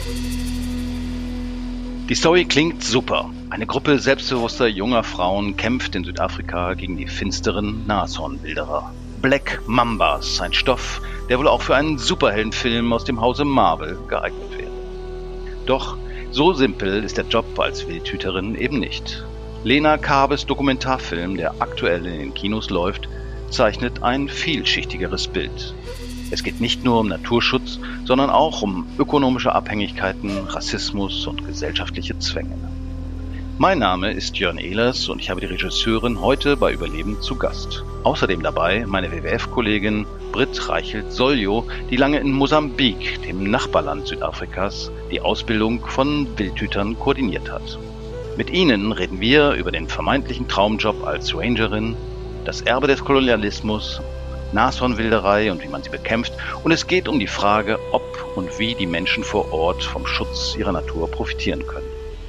Die Story klingt super. Eine Gruppe selbstbewusster junger Frauen kämpft in Südafrika gegen die finsteren Nashornwilderer. Black Mambas, ein Stoff, der wohl auch für einen Superheldenfilm aus dem Hause Marvel geeignet wäre. Doch so simpel ist der Job als Wildhüterin eben nicht. Lena Kabes Dokumentarfilm, der aktuell in den Kinos läuft, zeichnet ein vielschichtigeres Bild. Es geht nicht nur um Naturschutz, sondern auch um ökonomische Abhängigkeiten, Rassismus und gesellschaftliche Zwänge. Mein Name ist Jörn Ehlers und ich habe die Regisseurin heute bei Überleben zu Gast. Außerdem dabei meine WWF-Kollegin Britt Reichelt-Soljo, die lange in Mosambik, dem Nachbarland Südafrikas, die Ausbildung von Wildhütern koordiniert hat. Mit ihnen reden wir über den vermeintlichen Traumjob als Rangerin, das Erbe des Kolonialismus, Nashornwilderei und wie man sie bekämpft. Und es geht um die Frage, ob und wie die Menschen vor Ort vom Schutz ihrer Natur profitieren können.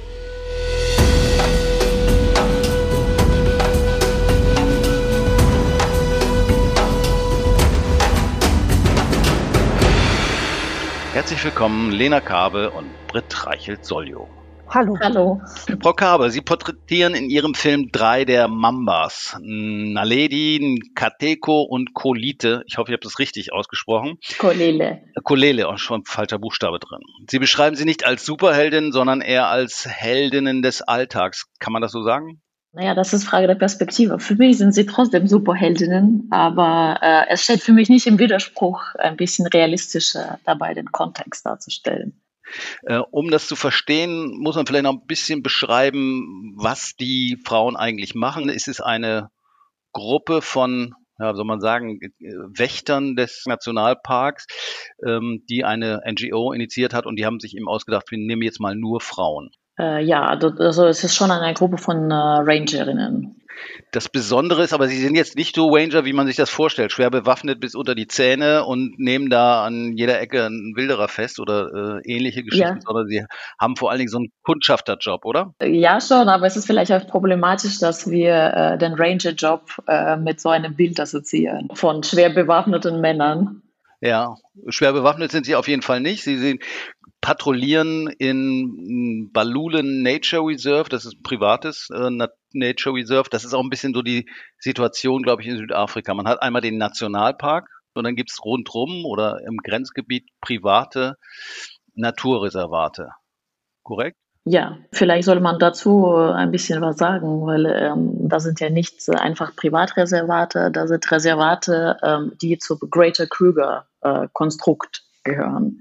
Herzlich willkommen, Lena Kabe und Britt Reichelt-Soljo. Hallo. Hallo. Frau Kabe, Sie porträtieren in Ihrem Film 3 der Mambas, Naledi, Nkateko und Kolite. Ich hoffe, ich habe das richtig ausgesprochen. Kolele. Kolele, auch schon falscher Buchstabe drin. Sie beschreiben sie nicht als Superheldinnen, sondern eher als Heldinnen des Alltags. Kann man das so sagen? Naja, das ist Frage der Perspektive. Für mich sind sie trotzdem Superheldinnen, aber es steht für mich nicht im Widerspruch, ein bisschen realistischer dabei den Kontext darzustellen. Um das zu verstehen, muss man vielleicht noch ein bisschen beschreiben, was die Frauen eigentlich machen. Es ist eine Gruppe von, ja, soll man sagen, Wächtern des Nationalparks, die eine NGO initiiert hat und die haben sich eben ausgedacht, wir nehmen jetzt mal nur Frauen. Also es ist schon eine Gruppe von Rangerinnen. Das Besondere ist, aber sie sind jetzt nicht so Ranger, wie man sich das vorstellt, schwer bewaffnet bis unter die Zähne und nehmen da an jeder Ecke einen Wilderer fest oder ähnliche Geschichten, sondern sie haben vor allen Dingen so einen Kundschafterjob, oder? Ja, schon, aber es ist vielleicht auch problematisch, dass wir den Ranger-Job mit so einem Bild assoziieren von schwer bewaffneten Männern. Ja, schwer bewaffnet sind sie auf jeden Fall nicht. Sie patrouillieren in Balulen Nature Reserve, das ist ein privates Nature Reserve. Das ist auch ein bisschen so die Situation, glaube ich, in Südafrika. Man hat einmal den Nationalpark und dann gibt es rundherum oder im Grenzgebiet private Naturreservate. Korrekt? Ja, vielleicht soll man dazu ein bisschen was sagen, weil da sind ja nicht einfach Privatreservate, da sind Reservate, die zum Greater Kruger Konstrukt gehören.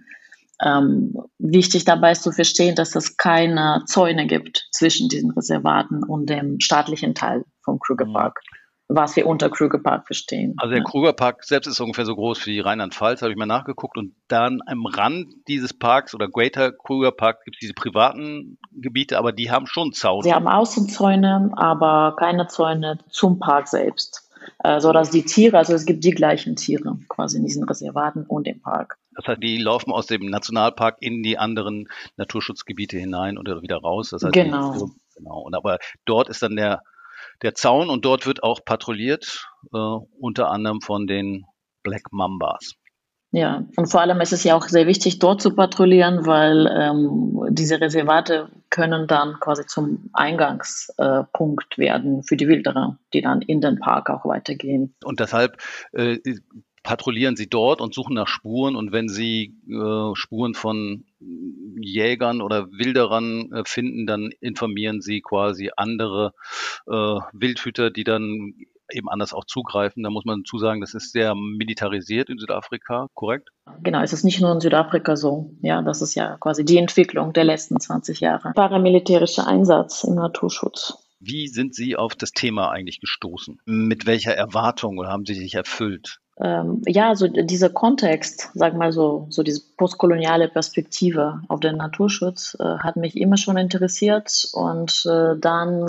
Wichtig dabei ist zu verstehen, dass es keine Zäune gibt zwischen diesen Reservaten und dem staatlichen Teil vom Kruger Park, was wir unter Kruger Park verstehen. Also der Kruger Park selbst ist ungefähr so groß wie Rheinland-Pfalz, habe ich mal nachgeguckt. Und dann am Rand dieses Parks oder Greater Kruger Park gibt es diese privaten Gebiete, aber die haben schon Zaun. Sie haben Außenzäune, aber keine Zäune zum Park selbst. Sodass die Tiere, also es gibt die gleichen Tiere quasi in diesen Reservaten und im Park. Das heißt, die laufen aus dem Nationalpark in die anderen Naturschutzgebiete hinein oder wieder raus. Das heißt, genau. Und aber dort ist dann der Zaun und dort wird auch patrouilliert, unter anderem von den Black Mambas. Ja, und vor allem ist es ja auch sehr wichtig, dort zu patrouillieren, weil diese Reservate können dann quasi zum Eingangspunkt werden für die Wilderer, die dann in den Park auch weitergehen. Und deshalb patrouillieren sie dort und suchen nach Spuren. Und wenn sie Spuren von Jägern oder Wilderern finden, dann informieren sie quasi andere Wildhüter, die dann eben anders auch zugreifen. Da muss man zusagen, das ist sehr militarisiert in Südafrika, korrekt? Genau, es ist nicht nur in Südafrika so. Ja, das ist ja quasi die Entwicklung der letzten 20 Jahre. Paramilitärischer Einsatz im Naturschutz. Wie sind Sie auf das Thema eigentlich gestoßen? Mit welcher Erwartung oder haben Sie sich erfüllt? So dieser Kontext, sagen wir mal so diese postkoloniale Perspektive auf den Naturschutz hat mich immer schon interessiert und dann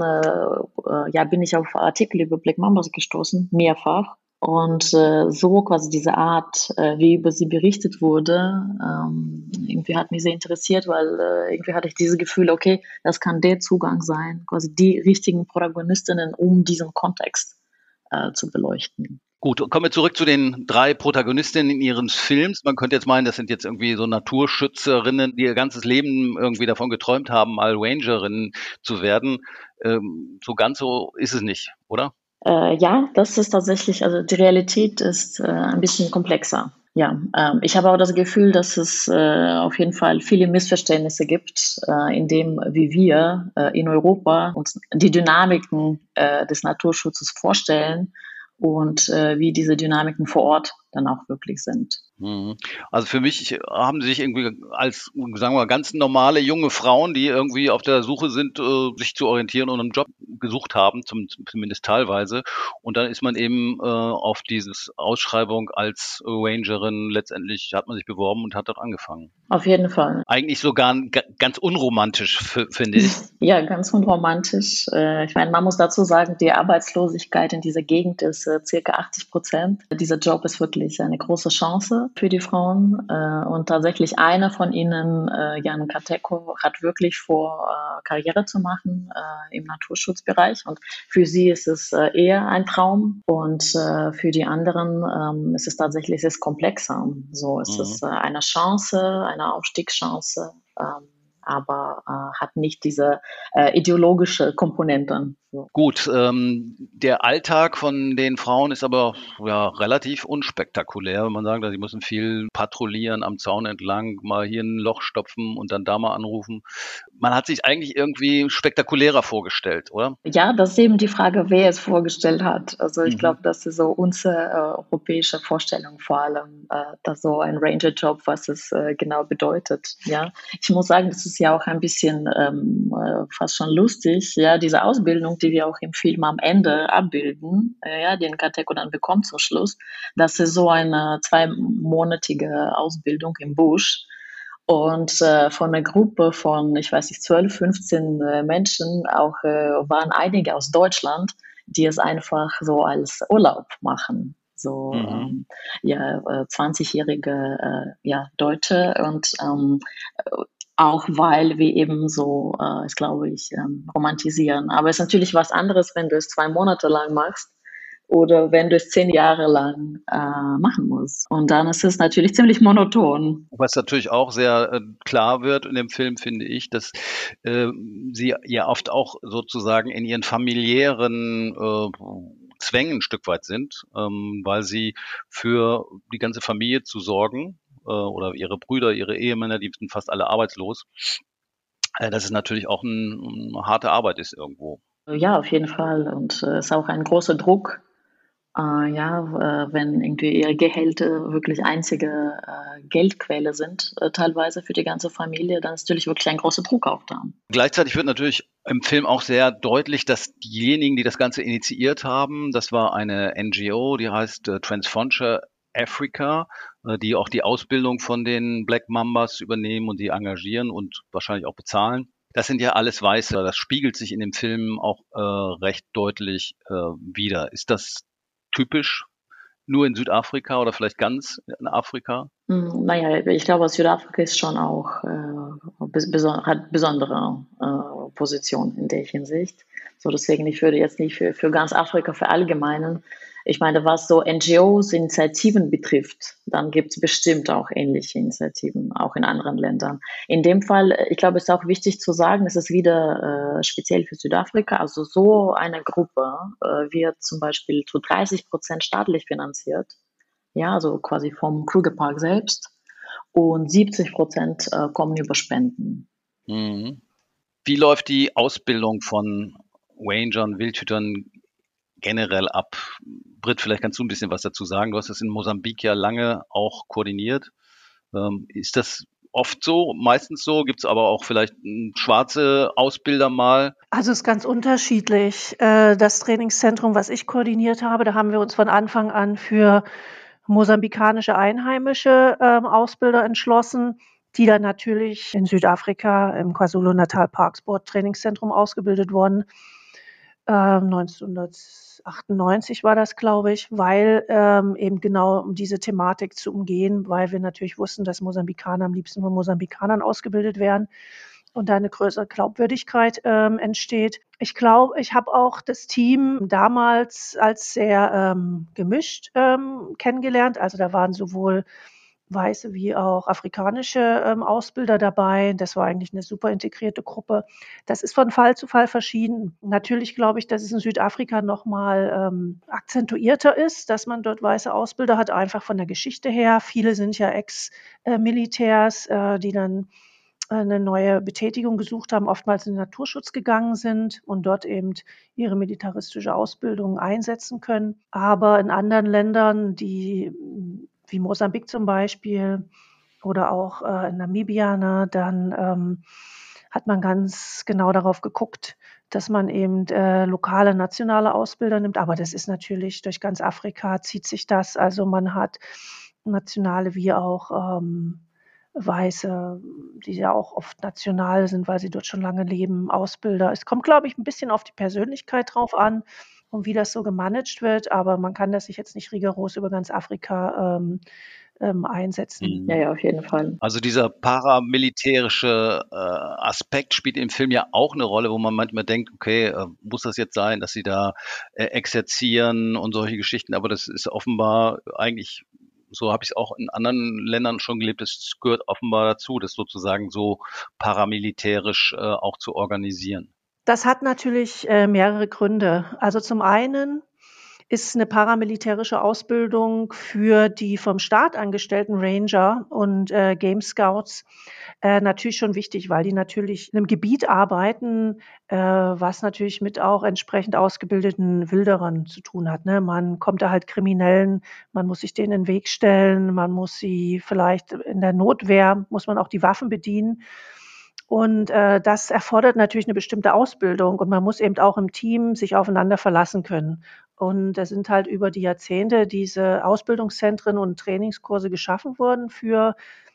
bin ich auf Artikel über Black Mambas gestoßen, mehrfach. Und so quasi diese Art, wie über sie berichtet wurde, irgendwie hat mich sehr interessiert, weil irgendwie hatte ich dieses Gefühl, okay, das kann der Zugang sein, quasi die richtigen Protagonistinnen, um diesen Kontext zu beleuchten. Gut, kommen wir zurück zu den 3 Protagonistinnen Ihres Films. Man könnte jetzt meinen, das sind jetzt irgendwie so Naturschützerinnen, die ihr ganzes Leben irgendwie davon geträumt haben, mal Rangerinnen zu werden. So ganz so ist es nicht, oder? Ja, das ist tatsächlich, also die Realität ist ein bisschen komplexer. Ja, ich habe auch das Gefühl, dass es auf jeden Fall viele Missverständnisse gibt, in dem, wie wir in Europa uns die Dynamiken des Naturschutzes vorstellen und wie diese Dynamiken vor Ort dann auch wirklich sind. Mhm. Also für mich haben sie sich irgendwie als, sagen wir mal, ganz normale junge Frauen, die irgendwie auf der Suche sind, sich zu orientieren und einen Job gesucht haben, zumindest teilweise. Und dann ist man eben auf dieses Ausschreibung als Rangerin, letztendlich hat man sich beworben und hat dort angefangen. Auf jeden Fall. Eigentlich sogar ganz unromantisch, finde ich. Ja, ganz unromantisch. Ich meine, man muss dazu sagen, die Arbeitslosigkeit in dieser Gegend ist circa 80%. Dieser Job ist wirklich eine große Chance für die Frauen. Und tatsächlich einer von ihnen, Jan Kateko, hat wirklich vor, Karriere zu machen im Naturschutzbereich. Und für sie ist es eher ein Traum. Und für die anderen ist es tatsächlich sehr komplexer. So ist es Mhm. eine Chance, eine Aufstiegschance. Aber hat nicht diese ideologische Komponente. So. Gut, der Alltag von den Frauen ist aber ja relativ unspektakulär, wenn man sagt, sie müssen viel patrouillieren am Zaun entlang, mal hier ein Loch stopfen und dann da mal anrufen. Man hat sich eigentlich irgendwie spektakulärer vorgestellt, oder? Ja, das ist eben die Frage, wer es vorgestellt hat. Also ich Mhm. glaube, das ist so unsere europäische Vorstellung vor allem, dass so ein Ranger-Job, was es genau bedeutet. Ja, ich muss sagen, das ist ja auch ein bisschen fast schon lustig. Ja, diese Ausbildung, die wir auch im Film am Ende abbilden, ja, den Kateko dann bekommt zum Schluss, das ist so eine zweimonatige Ausbildung im Busch. Und von einer Gruppe von, ich weiß nicht, 12, 15 Menschen, auch waren einige aus Deutschland, die es einfach so als Urlaub machen. So Mhm. ja, 20-jährige ja, Deutsche und auch weil wir eben so, ich glaube ich, romantisieren. Aber es ist natürlich was anderes, wenn du es 2 Monate lang machst oder wenn du es 10 Jahre lang machen musst. Und dann ist es natürlich ziemlich monoton. Was natürlich auch sehr klar wird in dem Film, finde ich, dass äh, sie ja oft auch sozusagen in ihren familiären Zwängen ein Stück weit sind, weil sie für die ganze Familie zu sorgen oder ihre Brüder, ihre Ehemänner, die sind fast alle arbeitslos. Dass es natürlich auch eine harte Arbeit ist irgendwo. Ja, auf jeden Fall. Und es ist auch ein großer Druck, ja, wenn irgendwie ihre Gehälter wirklich einzige Geldquelle sind, teilweise für die ganze Familie, dann ist natürlich wirklich ein großer Druck auch da. Gleichzeitig wird natürlich im Film auch sehr deutlich, dass diejenigen, die das Ganze initiiert haben, das war eine NGO, die heißt Transfrontier Africa, die auch die Ausbildung von den Black Mambas übernehmen und die engagieren und wahrscheinlich auch bezahlen. Das sind ja alles Weiße. Das spiegelt sich in dem Film auch recht deutlich wider. Ist das typisch nur in Südafrika oder vielleicht ganz in Afrika? Naja, ich glaube, Südafrika ist schon auch, hat besondere Position in der Hinsicht. So, deswegen, ich würde jetzt nicht für ganz Afrika verallgemeinern. Ich meine, was so NGOs, Initiativen betrifft, dann gibt es bestimmt auch ähnliche Initiativen, auch in anderen Ländern. In dem Fall, ich glaube, es ist auch wichtig zu sagen, es ist wieder speziell für Südafrika, also so eine Gruppe wird zum Beispiel zu 30% staatlich finanziert, ja, also quasi vom Kruger Park selbst. Und 70% kommen über Spenden. Mhm. Wie läuft die Ausbildung von Rangern, Wildhütern generell ab? Britt, vielleicht kannst du ein bisschen was dazu sagen. Du hast das in Mosambik ja lange auch koordiniert. Ist das oft so, meistens so? Gibt es aber auch vielleicht schwarze Ausbilder mal? Also es ist ganz unterschiedlich. Das Trainingszentrum, was ich koordiniert habe, da haben wir uns von Anfang an für mosambikanische einheimische Ausbilder entschlossen, die dann natürlich in Südafrika im KwaZulu-Natal Parksport Trainingszentrum ausgebildet wurden. 1998 war das, glaube ich, weil eben genau um diese Thematik zu umgehen, weil wir natürlich wussten, dass Mosambikaner am liebsten von Mosambikanern ausgebildet werden. und da eine größere Glaubwürdigkeit entsteht. Ich glaube, ich habe auch das Team damals als sehr gemischt kennengelernt. Also da waren sowohl weiße wie auch afrikanische Ausbilder dabei. Das war eigentlich eine super integrierte Gruppe. Das ist von Fall zu Fall verschieden. Natürlich glaube ich, dass es in Südafrika noch mal akzentuierter ist, dass man dort weiße Ausbilder hat, einfach von der Geschichte her. Viele sind ja Ex-Militärs, die dann eine neue Betätigung gesucht haben, oftmals in den Naturschutz gegangen sind und dort eben ihre militaristische Ausbildung einsetzen können. Aber in anderen Ländern, die wie Mosambik zum Beispiel oder auch in Namibia, ne, dann hat man ganz genau darauf geguckt, dass man eben lokale, nationale Ausbilder nimmt. Aber das ist natürlich durch ganz Afrika zieht sich das. Also man hat nationale wie auch Weiße, die ja auch oft national sind, weil sie dort schon lange leben, Ausbilder. Es kommt, glaube ich, ein bisschen auf die Persönlichkeit drauf an und wie das so gemanagt wird, aber man kann das sich jetzt nicht rigoros über ganz Afrika einsetzen. Ja, auf jeden Fall. Also dieser paramilitärische Aspekt spielt im Film ja auch eine Rolle, wo man manchmal denkt, okay, muss das jetzt sein, dass sie da exerzieren und solche Geschichten, aber das ist offenbar eigentlich, so habe ich es auch in anderen Ländern schon gelebt, das gehört offenbar dazu, das sozusagen so paramilitärisch auch zu organisieren. Das hat natürlich mehrere Gründe. Also zum einen ist eine paramilitärische Ausbildung für die vom Staat angestellten Ranger und Game Scouts natürlich schon wichtig, weil die natürlich in einem Gebiet arbeiten, was natürlich mit auch entsprechend ausgebildeten Wilderern zu tun hat. Ne? Man kommt da halt Kriminellen, man muss sich denen in den Weg stellen, man muss sie vielleicht in der Notwehr, muss man auch die Waffen bedienen. Und das erfordert natürlich eine bestimmte Ausbildung und man muss eben auch im Team sich aufeinander verlassen können. Und da sind halt über die Jahrzehnte diese Ausbildungszentren und Trainingskurse geschaffen worden für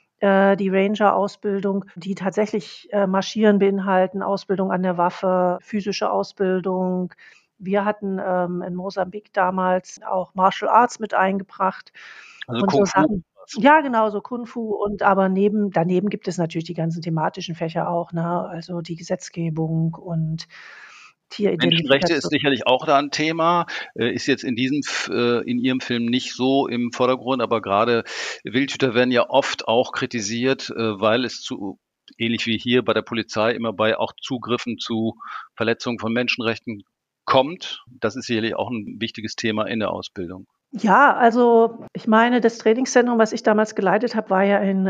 die Ranger-Ausbildung, die tatsächlich Marschieren beinhalten, Ausbildung an der Waffe, physische Ausbildung. Wir hatten in Mosambik damals auch Martial Arts mit eingebracht Also und so Kung Fu. Sachen. Ja, genau, so Kung Fu und aber daneben gibt es natürlich die ganzen thematischen Fächer auch, ne? Also die Gesetzgebung und Menschenrechte ist Tieridentifikation. sicherlich auch da ein Thema, ist jetzt in in Ihrem Film nicht so im Vordergrund, aber gerade Wildhüter werden ja oft auch kritisiert, weil es zu ähnlich wie hier bei der Polizei immer bei auch Zugriffen zu Verletzungen von Menschenrechten kommt. Das ist sicherlich auch ein wichtiges Thema in der Ausbildung. Ja, also ich meine, das Trainingszentrum, was ich damals geleitet habe, war ja ein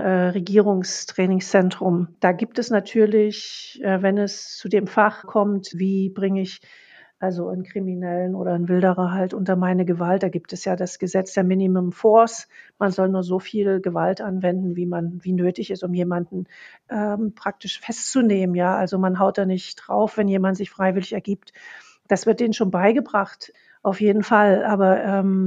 Regierungstrainingszentrum. Da gibt es natürlich, wenn es zu dem Fach kommt, wie bringe ich also einen Kriminellen oder einen Wilderer halt unter meine Gewalt, da gibt es ja das Gesetz der Minimum Force. Man soll nur so viel Gewalt anwenden, wie nötig ist, um jemanden praktisch festzunehmen. Ja, also man haut da nicht drauf, wenn jemand sich freiwillig ergibt. Das wird denen schon beigebracht. Auf jeden Fall. Aber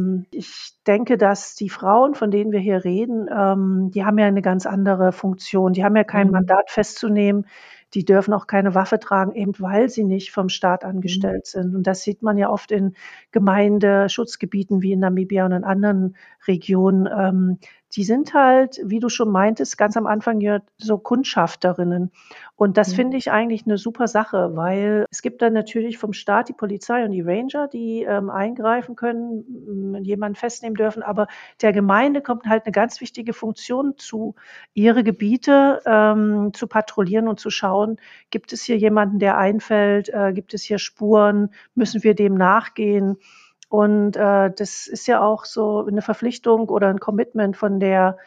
ich denke, dass die Frauen, von denen wir hier reden, die haben ja eine ganz andere Funktion. Die haben ja kein Mandat festzunehmen. Die dürfen auch keine Waffe tragen, eben weil sie nicht vom Staat angestellt sind. Und das sieht man ja oft in Gemeindeschutzgebieten wie in Namibia und in anderen Regionen. Die sind halt, wie du schon meintest, ganz am Anfang ja so Kundschafterinnen. Und das finde ich eigentlich eine super Sache, weil es gibt dann natürlich vom Staat die Polizei und die Ranger, die eingreifen können, jemanden festnehmen dürfen. Aber der Gemeinde kommt halt eine ganz wichtige Funktion zu, ihre Gebiete zu patrouillieren und zu schauen, gibt es hier jemanden, der einfällt, gibt es hier Spuren, müssen wir dem nachgehen. Und das ist ja auch so eine Verpflichtung oder ein Commitment von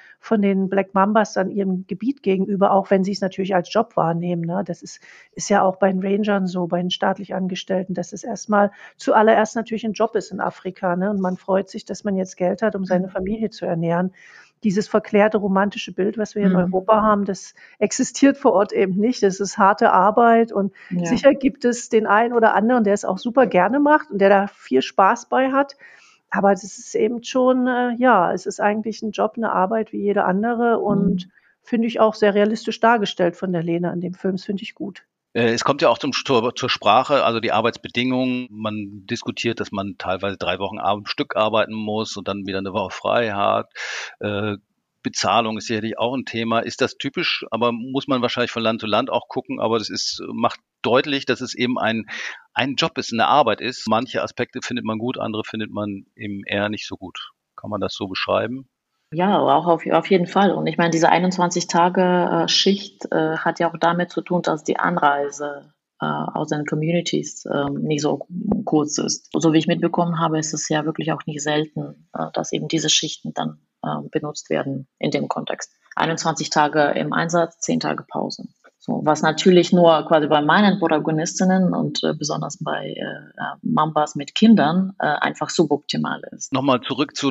den Black Mambas dann ihrem Gebiet gegenüber, auch wenn sie es natürlich als Job wahrnehmen. Ne? Das ist ja auch bei den Rangern so, bei den staatlich Angestellten, dass es erstmal zuallererst natürlich ein Job ist in Afrika. Ne? Und man freut sich, dass man jetzt Geld hat, um seine Familie zu ernähren. Dieses verklärte romantische Bild, was wir in Europa haben, das existiert vor Ort eben nicht. Das ist harte Arbeit und sicher gibt es den einen oder anderen, der es auch super gerne macht und der da viel Spaß bei hat. Aber das ist eben schon, es ist eigentlich ein Job, eine Arbeit wie jede andere und finde ich auch sehr realistisch dargestellt von der Lena in dem Film. Das finde ich gut. Es kommt ja auch zur Sprache, also die Arbeitsbedingungen. Man diskutiert, dass man teilweise 3 Wochen am Stück arbeiten muss und dann wieder eine Woche frei hat. Bezahlung ist sicherlich auch ein Thema. Ist das typisch, aber muss man wahrscheinlich von Land zu Land auch gucken, aber macht deutlich, dass es eben ein Job ist, eine Arbeit ist. Manche Aspekte findet man gut, andere findet man eben eher nicht so gut. Kann man das so beschreiben? Ja, auch auf jeden Fall. Und ich meine, diese 21 Tage Schicht hat ja auch damit zu tun, dass die Anreise aus den Communities nicht so kurz ist. So wie ich mitbekommen habe, ist es ja wirklich auch nicht selten, dass eben diese Schichten dann benutzt werden in dem Kontext. 21 Tage im Einsatz, 10 Tage Pause. So, was natürlich nur quasi bei meinen Protagonistinnen und besonders bei Mambas mit Kindern einfach suboptimal ist. Nochmal zurück zu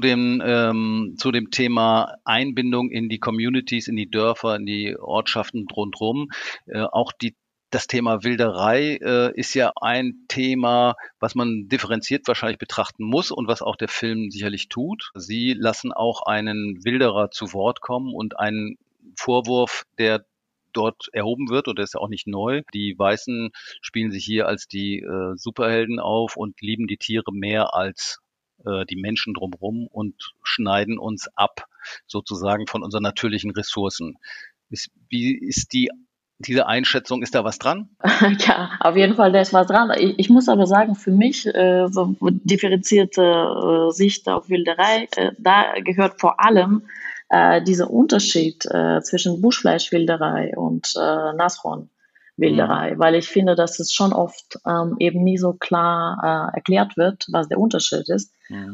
dem Thema Einbindung in die Communities, in die Dörfer, in die Ortschaften rundherum. Auch das Thema Wilderei ist ja ein Thema, was man differenziert wahrscheinlich betrachten muss und was auch der Film sicherlich tut. Sie lassen auch einen Wilderer zu Wort kommen und einen Vorwurf, der dort erhoben wird, und das ist ja auch nicht neu. Die Weißen spielen sich hier als die Superhelden auf und lieben die Tiere mehr als die Menschen drumherum und schneiden uns ab sozusagen von unseren natürlichen Ressourcen. Wie ist diese Einschätzung, ist da was dran? Ja, auf jeden Fall, da ist was dran. Ich muss aber sagen, für mich, so differenzierte Sicht auf Wilderei, da gehört vor allem dieser Unterschied zwischen Buschfleischwilderei und Nashornwilderei, weil ich finde, dass es schon oft eben nie so klar erklärt wird, was der Unterschied ist,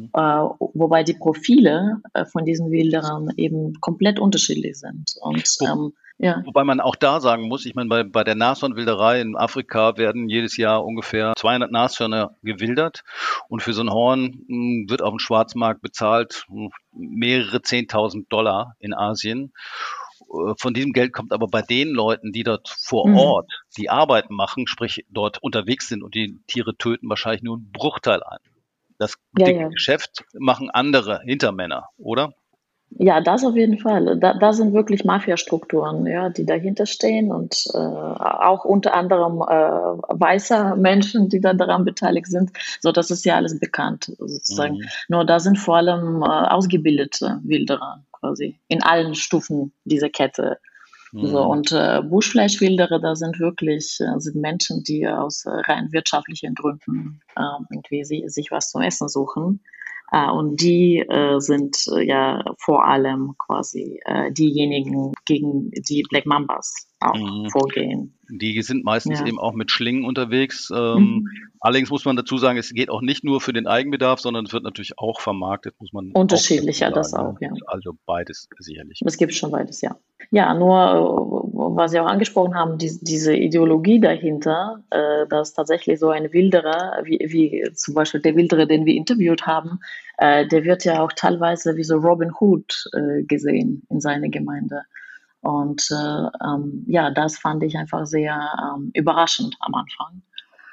wobei die Profile von diesen Wilderern eben komplett unterschiedlich sind. Und ja. Wobei man auch da sagen muss, ich meine, bei der Nashornwilderei in Afrika werden jedes Jahr ungefähr 200 Nashörner gewildert und für so ein Horn wird auf dem Schwarzmarkt bezahlt mehrere 10.000 Dollar in Asien. Von diesem Geld kommt aber bei den Leuten, die dort vor Ort die Arbeit machen, sprich dort unterwegs sind und die Tiere töten, wahrscheinlich nur einen Bruchteil ein. Das dicke Geschäft machen andere Hintermänner, oder? Ja, das auf jeden Fall. Da sind wirklich Mafiastrukturen, ja, die dahinter stehen und auch unter anderem weiße Menschen, die da daran beteiligt sind. So, das ist ja alles bekannt sozusagen. Nur da sind vor allem ausgebildete Wilderer quasi in allen Stufen dieser Kette. So, und Buschfleischwilderer, da sind wirklich sind Menschen, die aus rein wirtschaftlichen Gründen irgendwie sich was zum Essen suchen. Und die sind ja vor allem quasi diejenigen, gegen die Black Mambas auch vorgehen. Die sind meistens eben auch mit Schlingen unterwegs. Allerdings muss man dazu sagen, es geht auch nicht nur für den Eigenbedarf, sondern es wird natürlich auch vermarktet, muss man unterschiedlicher das auch, ja. Also beides sicherlich. Es gibt schon beides, ja. Ja, nur, was Sie auch angesprochen haben, diese Ideologie dahinter, dass tatsächlich so ein Wilderer, wie zum Beispiel der Wilderer, den wir interviewt haben, der wird ja auch teilweise wie so Robin Hood gesehen in seiner Gemeinde. Und ja, das fand ich einfach sehr überraschend am Anfang.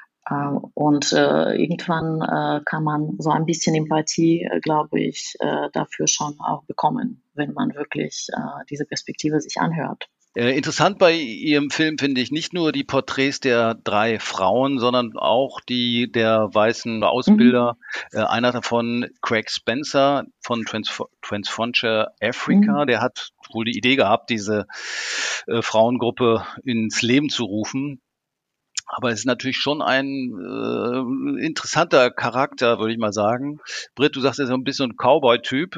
Und irgendwann kann man so ein bisschen Empathie, glaube ich, dafür schon auch bekommen, wenn man wirklich diese Perspektive sich anhört. Interessant bei Ihrem Film finde ich nicht nur die Porträts der 3 Frauen, sondern auch die der weißen Ausbilder. Einer davon, Craig Spencer von Transfrontier Africa, der hat wohl die Idee gehabt, diese Frauengruppe ins Leben zu rufen. Aber es ist natürlich schon ein interessanter Charakter, würde ich mal sagen. Britt, du sagst, er ist so ein bisschen ein Cowboy-Typ.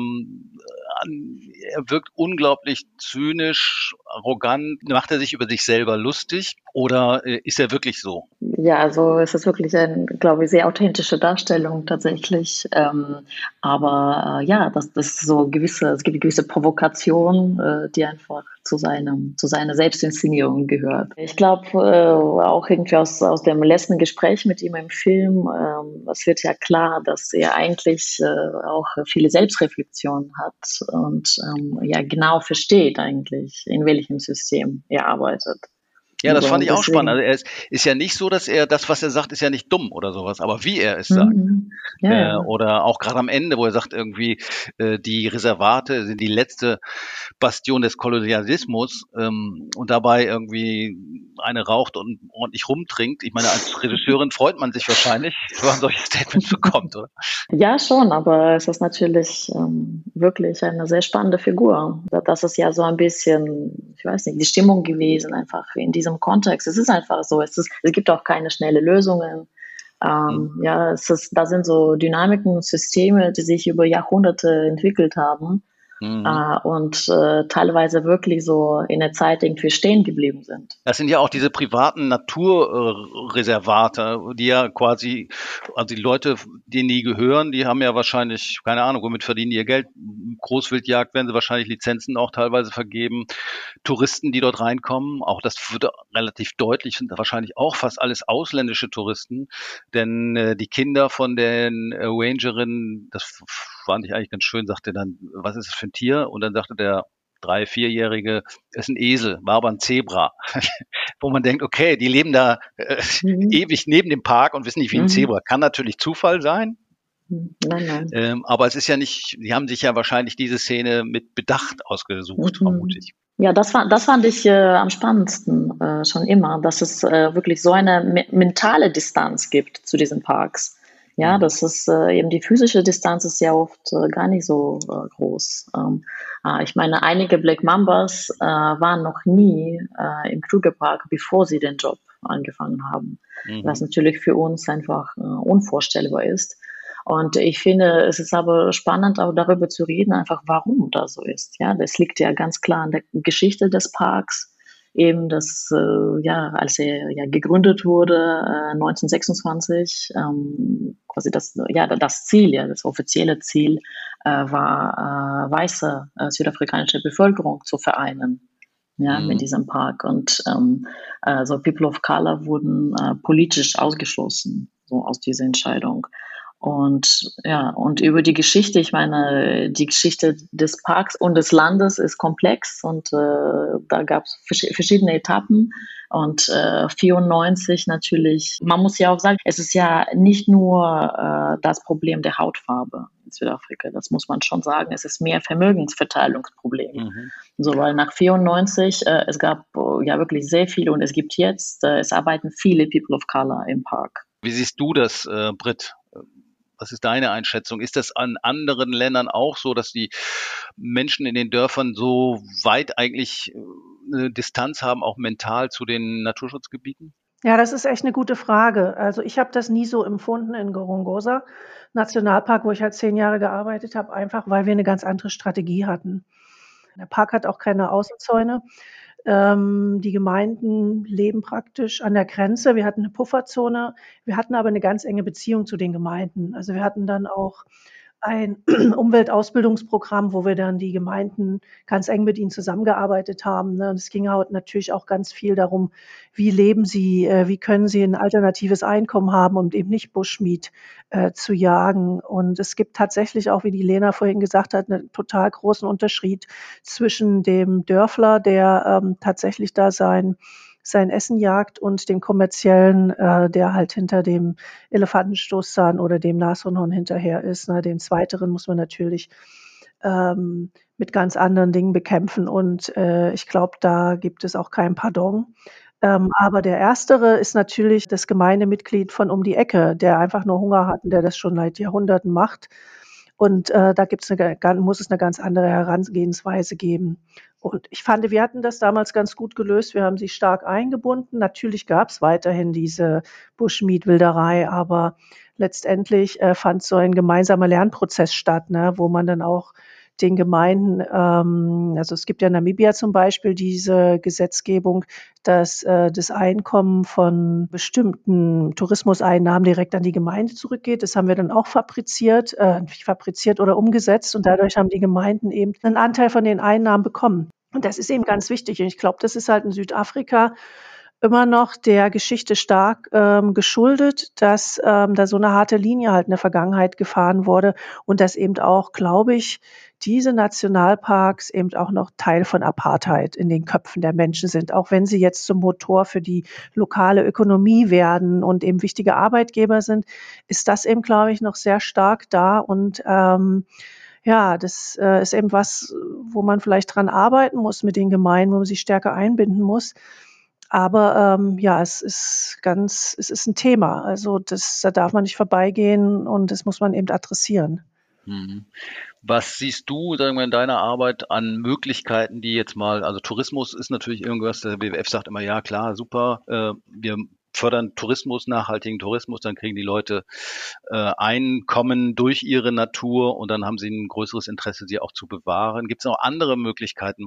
Er wirkt unglaublich zynisch, arrogant. Macht er sich über sich selber lustig oder ist er wirklich so? Ja, also es ist wirklich eine, glaube ich, sehr authentische Darstellung tatsächlich. Aber ja, das ist so es gibt gewisse Provokation, die einfach zu seiner Selbstinszenierung gehört. Ich glaube, auch irgendwie aus dem letzten Gespräch mit ihm im Film, es wird ja klar, dass er eigentlich auch viele Selbstreflexionen hat und ja genau versteht eigentlich, in welchem System er arbeitet. Ja, das fand ich auch spannend. Also er ist ja nicht so, dass er das, was er sagt, ist ja nicht dumm oder sowas, aber wie er es sagt. Ja. Oder auch gerade am Ende, wo er sagt irgendwie, die Reservate sind die letzte Bastion des Kolonialismus und dabei irgendwie eine raucht und ordentlich rumtrinkt. Ich meine, als Regisseurin freut man sich wahrscheinlich, wenn man solche Statements bekommt, oder? Ja, schon, aber es ist natürlich wirklich eine sehr spannende Figur. Das ist ja so ein bisschen, ich weiß nicht, die Stimmung gewesen, einfach in diesem Kontext. Es ist einfach so, es gibt auch keine schnelle Lösungen. Ja, da sind so Dynamiken und Systeme, die sich über Jahrhunderte entwickelt haben. Und teilweise wirklich so in der Zeit irgendwie stehen geblieben sind. Das sind ja auch diese privaten Naturreservate, die ja quasi, also die Leute, denen die gehören, die haben ja wahrscheinlich, keine Ahnung, womit verdienen die ihr Geld? Großwildjagd werden sie wahrscheinlich Lizenzen auch teilweise vergeben. Touristen, die dort reinkommen, auch das wird relativ deutlich, sind wahrscheinlich auch fast alles ausländische Touristen, denn die Kinder von den Rangerinnen, das fand ich eigentlich ganz schön, sagte dann, was ist das für ein Tier? Und dann sagte der 3-, 4-Jährige, ist ein Esel, war aber ein Zebra. Wo man denkt, okay, die leben da ewig neben dem Park und wissen nicht, wie ein Zebra. Kann natürlich Zufall sein. Nein. Aber es ist ja nicht, die haben sich ja wahrscheinlich diese Szene mit Bedacht ausgesucht, vermute ich. Ja, das fand ich am spannendsten schon immer, dass es wirklich so eine mentale Distanz gibt zu diesen Parks. Ja, das ist eben die physische Distanz ist ja oft gar nicht so groß. Ich meine, einige Black Mambas waren noch nie im Krugerpark, bevor sie den Job angefangen haben. Was natürlich für uns einfach unvorstellbar ist. Und ich finde, es ist aber spannend, auch darüber zu reden, einfach warum das so ist. Ja, das liegt ja ganz klar an der Geschichte des Parks. Eben das, als er ja gegründet wurde, 1926, quasi das Ziel, ja, das offizielle Ziel war, weiße südafrikanische Bevölkerung zu vereinen, ja, mit diesem Park. Und so People of Color wurden politisch ausgeschlossen, so aus dieser Entscheidung. Und über die Geschichte, ich meine, die Geschichte des Parks und des Landes ist komplex und da gab es verschiedene Etappen und 94 natürlich, man muss ja auch sagen, es ist ja nicht nur das Problem der Hautfarbe in Südafrika, das muss man schon sagen, es ist mehr Vermögensverteilungsproblem. So, weil nach 94, es gab ja wirklich sehr viele und es gibt jetzt, es arbeiten viele People of Color im Park. Wie siehst du das, Britt? Was ist deine Einschätzung? Ist das an anderen Ländern auch so, dass die Menschen in den Dörfern so weit eigentlich eine Distanz haben, auch mental zu den Naturschutzgebieten? Ja, das ist echt eine gute Frage. Also ich habe das nie so empfunden in Gorongosa Nationalpark, wo ich halt 10 Jahre gearbeitet habe, einfach weil wir eine ganz andere Strategie hatten. Der Park hat auch keine Außenzäune. Die Gemeinden leben praktisch an der Grenze. Wir hatten eine Pufferzone. Wir hatten aber eine ganz enge Beziehung zu den Gemeinden. Also wir hatten dann auch ein Umweltausbildungsprogramm, wo wir dann die Gemeinden ganz eng mit ihnen zusammengearbeitet haben. Und es ging halt natürlich auch ganz viel darum, wie leben sie, wie können sie ein alternatives Einkommen haben, um eben nicht Bushmeat zu jagen. Und es gibt tatsächlich auch, wie die Lena vorhin gesagt hat, einen total großen Unterschied zwischen dem Dörfler, der tatsächlich da sein Essen jagt und dem kommerziellen, der halt hinter dem Elefantenstoßzahn oder dem Nashornhorn hinterher ist. Ne? Den zweiteren muss man natürlich mit ganz anderen Dingen bekämpfen und ich glaube, da gibt es auch kein Pardon. Aber der erstere ist natürlich das Gemeindemitglied von um die Ecke, der einfach nur Hunger hat und der das schon seit Jahrhunderten macht. Und da muss es eine ganz andere Herangehensweise geben. Und ich fand, wir hatten das damals ganz gut gelöst. Wir haben sie stark eingebunden. Natürlich gab es weiterhin diese Bushmeat-Wilderei, aber letztendlich fand so ein gemeinsamer Lernprozess statt, ne, wo man dann auch den Gemeinden, also es gibt ja in Namibia zum Beispiel diese Gesetzgebung, dass das Einkommen von bestimmten Tourismuseinnahmen direkt an die Gemeinde zurückgeht. Das haben wir dann auch fabriziert oder umgesetzt und dadurch haben die Gemeinden eben einen Anteil von den Einnahmen bekommen. Und das ist eben ganz wichtig. Und ich glaube, das ist halt in Südafrika immer noch der Geschichte stark geschuldet, dass da so eine harte Linie halt in der Vergangenheit gefahren wurde und dass eben auch, glaube ich, diese Nationalparks eben auch noch Teil von Apartheid in den Köpfen der Menschen sind, auch wenn sie jetzt zum Motor für die lokale Ökonomie werden und eben wichtige Arbeitgeber sind, ist das eben, glaube ich, noch sehr stark da und das ist eben was, wo man vielleicht dran arbeiten muss mit den Gemeinden, wo man sie stärker einbinden muss. Aber ja, es ist ein Thema. Also da darf man nicht vorbeigehen und das muss man eben adressieren. Was siehst du, sagen wir, in deiner Arbeit an Möglichkeiten, die jetzt mal, also Tourismus ist natürlich irgendwas, der WWF sagt immer, ja klar, super, wir fördern Tourismus, nachhaltigen Tourismus, dann kriegen die Leute Einkommen durch ihre Natur und dann haben sie ein größeres Interesse, sie auch zu bewahren. Gibt es noch andere Möglichkeiten,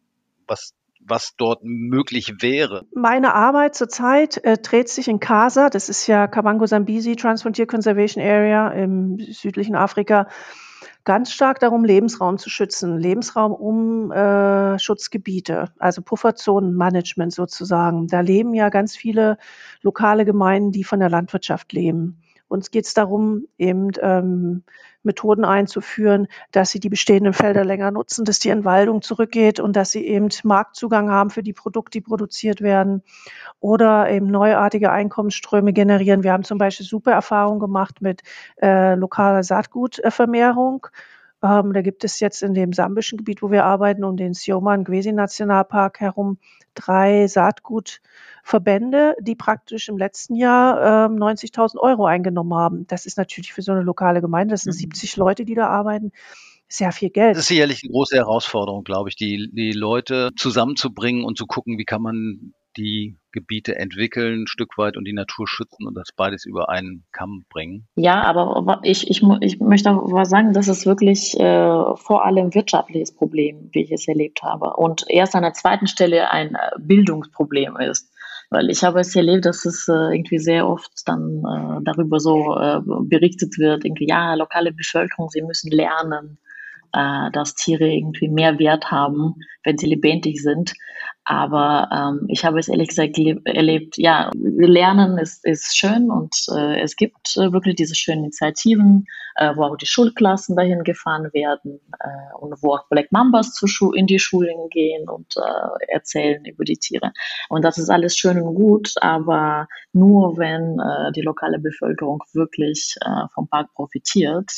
was dort möglich wäre? Meine Arbeit zurzeit dreht sich in Casa, das ist ja Kavango-Zambezi Transfrontier Conservation Area im südlichen Afrika, ganz stark darum, Lebensraum zu schützen, Lebensraum um Schutzgebiete, also Pufferzonenmanagement sozusagen. Da leben ja ganz viele lokale Gemeinden, die von der Landwirtschaft leben. Uns geht es darum, eben Methoden einzuführen, dass sie die bestehenden Felder länger nutzen, dass die Entwaldung zurückgeht und dass sie eben Marktzugang haben für die Produkte, die produziert werden oder eben neuartige Einkommensströme generieren. Wir haben zum Beispiel super Erfahrungen gemacht mit lokaler Saatgutvermehrung. Da gibt es jetzt in dem sambischen Gebiet, wo wir arbeiten, um den Sioma-Ngwesi-Nationalpark herum 3 Saatgutverbände, die praktisch im letzten Jahr 90.000 Euro eingenommen haben. Das ist natürlich für so eine lokale Gemeinde, das sind 70 Leute, die da arbeiten, sehr viel Geld. Das ist sicherlich eine große Herausforderung, glaube ich, die Leute zusammenzubringen und zu gucken, wie kann man die Gebiete entwickeln, ein Stück weit und die Natur schützen und das beides über einen Kamm bringen. Ja, aber ich möchte auch sagen, dass es wirklich vor allem wirtschaftliches Problem, wie ich es erlebt habe, und erst an der zweiten Stelle ein Bildungsproblem ist. Weil ich habe es erlebt, dass es irgendwie sehr oft dann darüber so berichtet wird, irgendwie, ja, lokale Bevölkerung, sie müssen lernen, dass Tiere irgendwie mehr Wert haben, wenn sie lebendig sind. Aber ich habe es ehrlich gesagt erlebt, ja, Lernen ist schön und es gibt wirklich diese schönen Initiativen, wo auch die Schulklassen dahin gefahren werden und wo auch Black Mambas in die Schulen gehen und erzählen über die Tiere. Und das ist alles schön und gut, aber nur wenn die lokale Bevölkerung wirklich vom Park profitiert,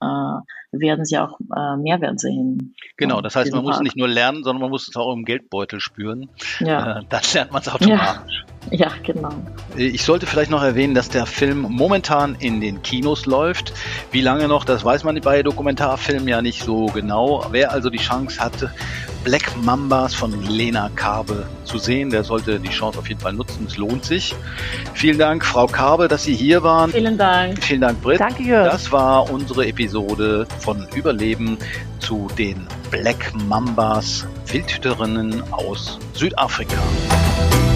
werden sie auch Mehrwert sehen. Genau, das heißt, man muss nicht nur lernen, sondern man muss es auch im Geldbeutel spüren. Ja. Dann lernt man es automatisch. Ja, genau. Ich sollte vielleicht noch erwähnen, dass der Film momentan in den Kinos läuft. Wie lange noch, das weiß man bei Dokumentarfilmen ja nicht so genau. Wer also die Chance hatte, Black Mambas von Lena Karbe zu sehen, der sollte die Chance auf jeden Fall nutzen. Es lohnt sich. Vielen Dank, Frau Karbe, dass Sie hier waren. Vielen Dank. Vielen Dank, Britt. Danke, Jörg. Das war unsere Episode von Überleben zu den Black Mambas, Wildhüterinnen aus Südafrika.